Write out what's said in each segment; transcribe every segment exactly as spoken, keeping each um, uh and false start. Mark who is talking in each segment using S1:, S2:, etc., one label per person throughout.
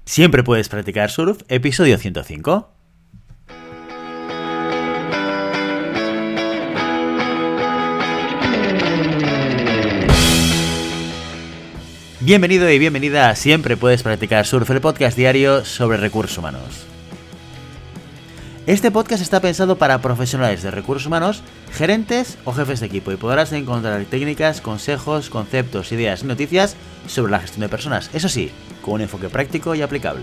S1: Siempre puedes practicar surf, episodio ciento cinco. Bienvenido y bienvenida a Siempre puedes practicar surf, el podcast diario sobre recursos humanos. Este podcast está pensado para profesionales de recursos humanos, gerentes o jefes de equipo, y podrás encontrar técnicas, consejos, conceptos, ideas y noticias sobre la gestión de personas, eso sí, con un enfoque práctico y aplicable.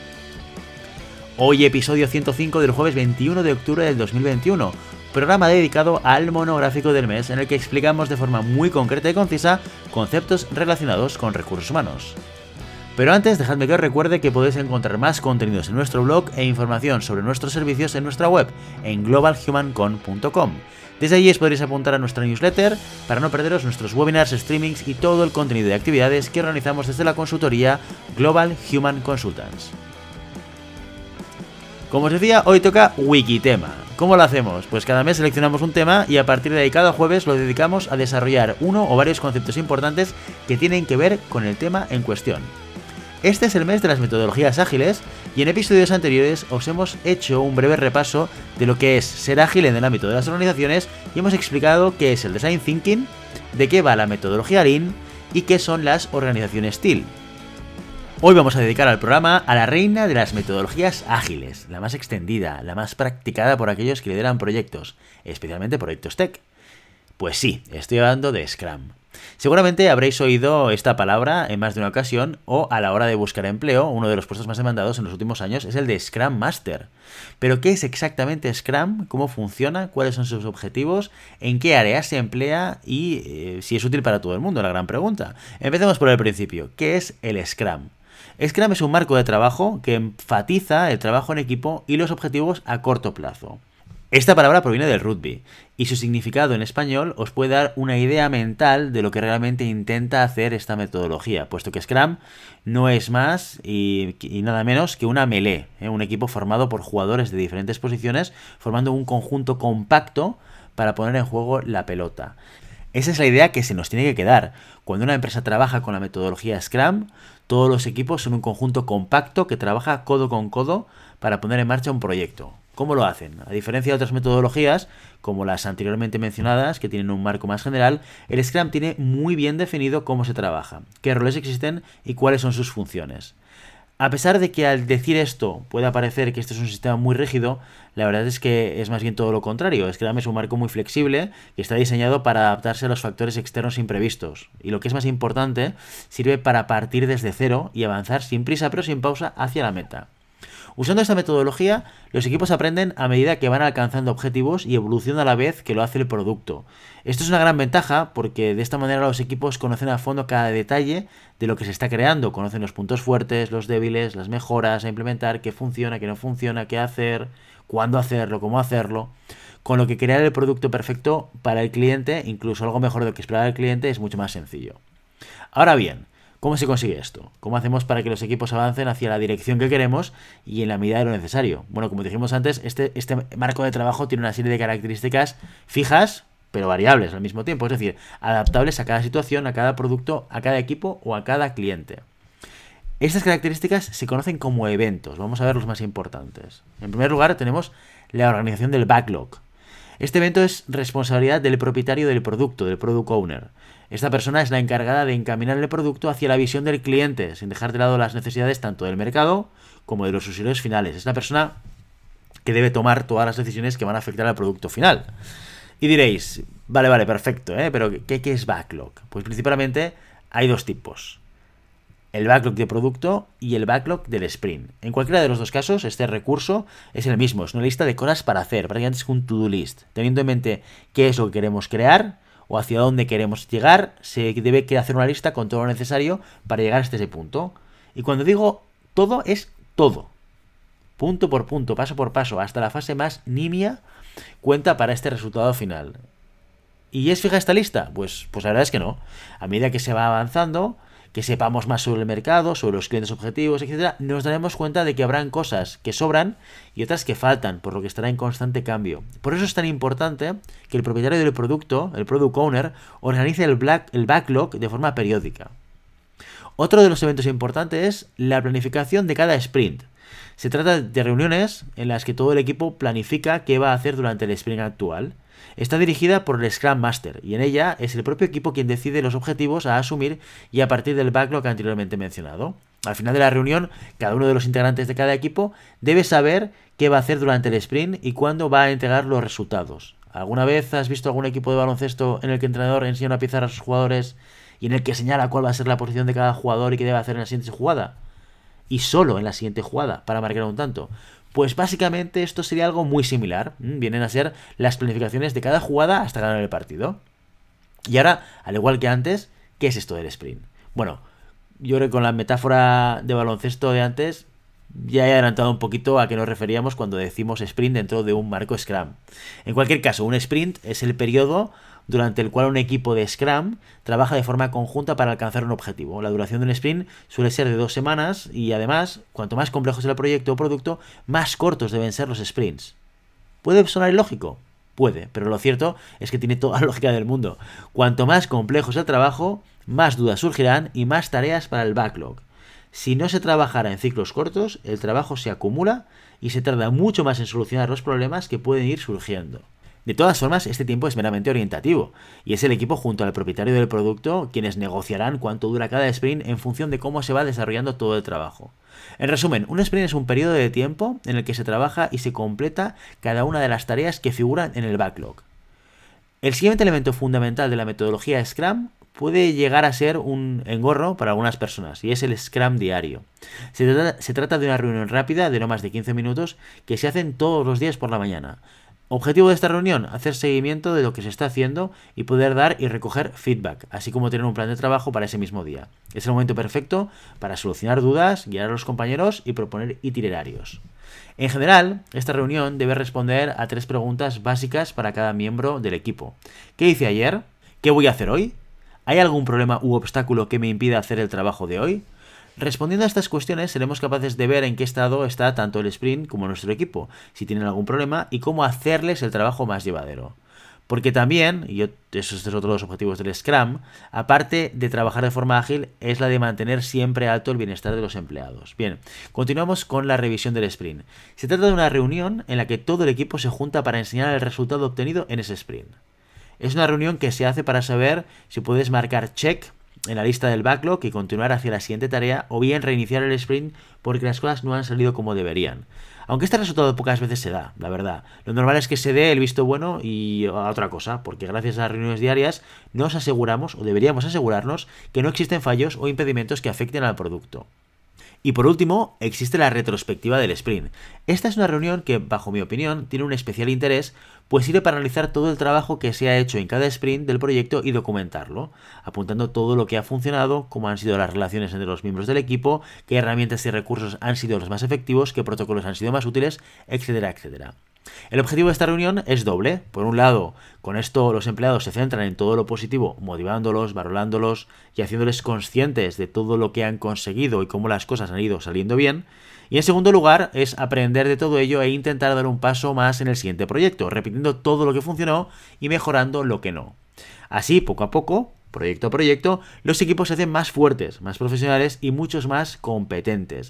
S1: Hoy episodio ciento cinco del jueves veintiuno de octubre del dos mil veintiuno, programa dedicado al monográfico del mes en el que explicamos de forma muy concreta y concisa conceptos relacionados con recursos humanos. Pero antes, dejadme que os recuerde que podéis encontrar más contenidos en nuestro blog e información sobre nuestros servicios en nuestra web, en global human con punto com. Desde allí os podréis apuntar a nuestra newsletter para no perderos nuestros webinars, streamings y todo el contenido de actividades que organizamos desde la consultoría Global Human Consultants. Como os decía, hoy toca Wikitema. ¿Cómo lo hacemos? Pues cada mes seleccionamos un tema y a partir de ahí cada jueves lo dedicamos a desarrollar uno o varios conceptos importantes que tienen que ver con el tema en cuestión. Este es el mes de las metodologías ágiles y en episodios anteriores os hemos hecho un breve repaso de lo que es ser ágil en el ámbito de las organizaciones y hemos explicado qué es el Design Thinking, de qué va la metodología Lean y qué son las organizaciones T I L. Hoy vamos a dedicar al programa a la reina de las metodologías ágiles, la más extendida, la más practicada por aquellos que lideran proyectos, especialmente proyectos tech. Pues sí, estoy hablando de Scrum. Seguramente habréis oído esta palabra en más de una ocasión o a la hora de buscar empleo, uno de los puestos más demandados en los últimos años es el de Scrum Master. ¿Pero qué es exactamente Scrum? ¿Cómo funciona? ¿Cuáles son sus objetivos? ¿En qué áreas se emplea? Y eh, si es útil para todo el mundo, la gran pregunta. Empecemos por el principio. ¿Qué es el Scrum? Scrum es un marco de trabajo que enfatiza el trabajo en equipo y los objetivos a corto plazo. Esta palabra proviene del rugby y su significado en español os puede dar una idea mental de lo que realmente intenta hacer esta metodología, puesto que Scrum no es más y, y nada menos que una melee, ¿eh? Un equipo formado por jugadores de diferentes posiciones formando un conjunto compacto para poner en juego la pelota. Esa es la idea que se nos tiene que quedar. Cuando una empresa trabaja con la metodología Scrum, todos los equipos son un conjunto compacto que trabaja codo con codo para poner en marcha un proyecto. ¿Cómo lo hacen? A diferencia de otras metodologías, como las anteriormente mencionadas, que tienen un marco más general, el Scrum tiene muy bien definido cómo se trabaja, qué roles existen y cuáles son sus funciones. A pesar de que al decir esto pueda parecer que este es un sistema muy rígido, la verdad es que es más bien todo lo contrario. Scrum es un marco muy flexible que está diseñado para adaptarse a los factores externos imprevistos. Y lo que es más importante, sirve para partir desde cero y avanzar sin prisa pero sin pausa hacia la meta. Usando esta metodología, los equipos aprenden a medida que van alcanzando objetivos y evolucionan a la vez que lo hace el producto. Esto es una gran ventaja porque de esta manera los equipos conocen a fondo cada detalle de lo que se está creando, conocen los puntos fuertes, los débiles, las mejoras a implementar, qué funciona, qué no funciona, qué hacer, cuándo hacerlo, cómo hacerlo, con lo que crear el producto perfecto para el cliente, incluso algo mejor de lo que esperaba el cliente, es mucho más sencillo. Ahora bien, ¿cómo se consigue esto? ¿Cómo hacemos para que los equipos avancen hacia la dirección que queremos y en la medida de lo necesario? Bueno, como dijimos antes, este, este marco de trabajo tiene una serie de características fijas, pero variables al mismo tiempo, es decir, adaptables a cada situación, a cada producto, a cada equipo o a cada cliente. Estas características se conocen como eventos. Vamos a ver los más importantes. En primer lugar, tenemos la organización del backlog. Este evento es responsabilidad del propietario del producto, del product owner. Esta persona es la encargada de encaminar el producto hacia la visión del cliente, sin dejar de lado las necesidades tanto del mercado como de los usuarios finales. Es la persona que debe tomar todas las decisiones que van a afectar al producto final. Y diréis, vale, vale, perfecto, ¿eh? Pero ¿qué, qué es backlog? Pues principalmente hay dos tipos. El backlog de producto y el backlog del sprint. En cualquiera de los dos casos, este recurso es el mismo. Es una lista de cosas para hacer, prácticamente es un to-do list. Teniendo en mente qué es lo que queremos crear o hacia dónde queremos llegar, se debe hacer una lista con todo lo necesario para llegar hasta ese punto. Y cuando digo todo, es todo. Punto por punto, paso por paso, hasta la fase más nimia, cuenta para este resultado final. ¿Y es fija esta lista? Pues, pues la verdad es que no. A medida que se va avanzando, que sepamos más sobre el mercado, sobre los clientes objetivos, etcétera, nos daremos cuenta de que habrán cosas que sobran y otras que faltan, por lo que estará en constante cambio. Por eso es tan importante que el propietario del producto, el product owner, organice el, black, el backlog de forma periódica. Otro de los eventos importantes es la planificación de cada sprint. Se trata de reuniones en las que todo el equipo planifica qué va a hacer durante el sprint actual. Está dirigida por el Scrum Master y en ella es el propio equipo quien decide los objetivos a asumir y a partir del backlog anteriormente mencionado. Al final de la reunión, cada uno de los integrantes de cada equipo debe saber qué va a hacer durante el sprint y cuándo va a entregar los resultados. ¿Alguna vez has visto algún equipo de baloncesto en el que el entrenador enseña una pizarra a sus jugadores y en el que señala cuál va a ser la posición de cada jugador y qué debe hacer en la siguiente jugada? Y solo en la siguiente jugada, para marcar un tanto. Pues básicamente esto sería algo muy similar. Vienen a ser las planificaciones de cada jugada hasta ganar el partido. Y ahora, al igual que antes, ¿qué es esto del sprint? Bueno, yo creo que con la metáfora de baloncesto de antes ya he adelantado un poquito a qué nos referíamos cuando decimos sprint dentro de un marco Scrum. En cualquier caso, un sprint es el periodo durante el cual un equipo de Scrum trabaja de forma conjunta para alcanzar un objetivo. La duración de un sprint suele ser de dos semanas y además, cuanto más complejo sea el proyecto o producto, más cortos deben ser los sprints. ¿Puede sonar ilógico? Puede, pero lo cierto es que tiene toda la lógica del mundo. Cuanto más complejo sea el trabajo, más dudas surgirán y más tareas para el backlog. Si no se trabajara en ciclos cortos, el trabajo se acumula y se tarda mucho más en solucionar los problemas que pueden ir surgiendo. De todas formas, este tiempo es meramente orientativo, y es el equipo junto al propietario del producto quienes negociarán cuánto dura cada sprint en función de cómo se va desarrollando todo el trabajo. En resumen, un sprint es un periodo de tiempo en el que se trabaja y se completa cada una de las tareas que figuran en el backlog. El siguiente elemento fundamental de la metodología Scrum puede llegar a ser un engorro para algunas personas, y es el Scrum diario. Se trata, se trata de una reunión rápida de no más de quince minutos que se hacen todos los días por la mañana. Objetivo de esta reunión, hacer seguimiento de lo que se está haciendo y poder dar y recoger feedback, así como tener un plan de trabajo para ese mismo día. Es el momento perfecto para solucionar dudas, guiar a los compañeros y proponer itinerarios. En general, esta reunión debe responder a tres preguntas básicas para cada miembro del equipo. ¿Qué hice ayer? ¿Qué voy a hacer hoy? ¿Hay algún problema u obstáculo que me impida hacer el trabajo de hoy? Respondiendo a estas cuestiones seremos capaces de ver en qué estado está tanto el sprint como nuestro equipo, si tienen algún problema y cómo hacerles el trabajo más llevadero. Porque también, y eso es otro de los objetivos del Scrum, aparte de trabajar de forma ágil, es la de mantener siempre alto el bienestar de los empleados. Bien, continuamos con la revisión del sprint. Se trata de una reunión en la que todo el equipo se junta para enseñar el resultado obtenido en ese sprint. Es una reunión que se hace para saber si puedes marcar check en la lista del backlog y continuar hacia la siguiente tarea, o bien reiniciar el sprint porque las cosas no han salido como deberían. Aunque este resultado pocas veces se da, la verdad. Lo normal es que se dé el visto bueno y a otra cosa, porque gracias a las reuniones diarias nos aseguramos, o deberíamos asegurarnos, que no existen fallos o impedimentos que afecten al producto. Y por último, existe la retrospectiva del sprint. Esta es una reunión que, bajo mi opinión, tiene un especial interés, pues sirve para analizar todo el trabajo que se ha hecho en cada sprint del proyecto y documentarlo, apuntando todo lo que ha funcionado, cómo han sido las relaciones entre los miembros del equipo, qué herramientas y recursos han sido los más efectivos, qué protocolos han sido más útiles, etcétera, etcétera. El objetivo de esta reunión es doble. Por un lado, con esto los empleados se centran en todo lo positivo, motivándolos, valorándolos y haciéndoles conscientes de todo lo que han conseguido y cómo las cosas han ido saliendo bien. Y en segundo lugar, es aprender de todo ello e intentar dar un paso más en el siguiente proyecto, repitiendo todo lo que funcionó y mejorando lo que no. Así, poco a poco, proyecto a proyecto, los equipos se hacen más fuertes, más profesionales y muchos más competentes.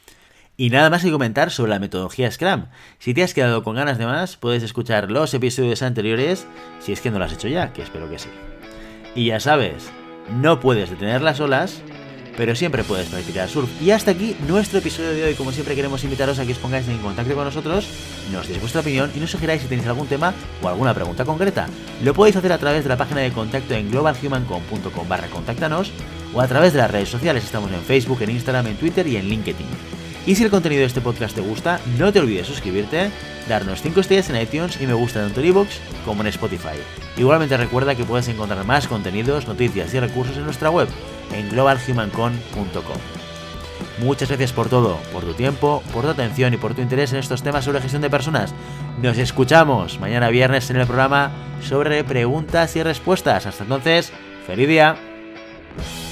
S1: Y nada más que comentar sobre la metodología Scrum. Si te has quedado con ganas de más, puedes escuchar los episodios anteriores, si es que no lo has hecho ya, que espero que sí. Y ya sabes, no puedes detener las olas, pero siempre puedes practicar surf. Y hasta aquí nuestro episodio de hoy. Como siempre, queremos invitaros a que os pongáis en contacto con nosotros, nos deis vuestra opinión y nos sugeráis si tenéis algún tema o alguna pregunta concreta. Lo podéis hacer a través de la página de contacto en globalhumancom.com barra contáctanos o a través de las redes sociales. Estamos en Facebook, en Instagram, en Twitter y en LinkedIn. Y si el contenido de este podcast te gusta, no te olvides suscribirte, darnos cinco estrellas en iTunes y me gusta tanto en iVoox como en Spotify. Igualmente recuerda que puedes encontrar más contenidos, noticias y recursos en nuestra web, en global human con punto com. Muchas gracias por todo, por tu tiempo, por tu atención y por tu interés en estos temas sobre gestión de personas. Nos escuchamos mañana viernes en el programa sobre preguntas y respuestas. Hasta entonces, ¡feliz día!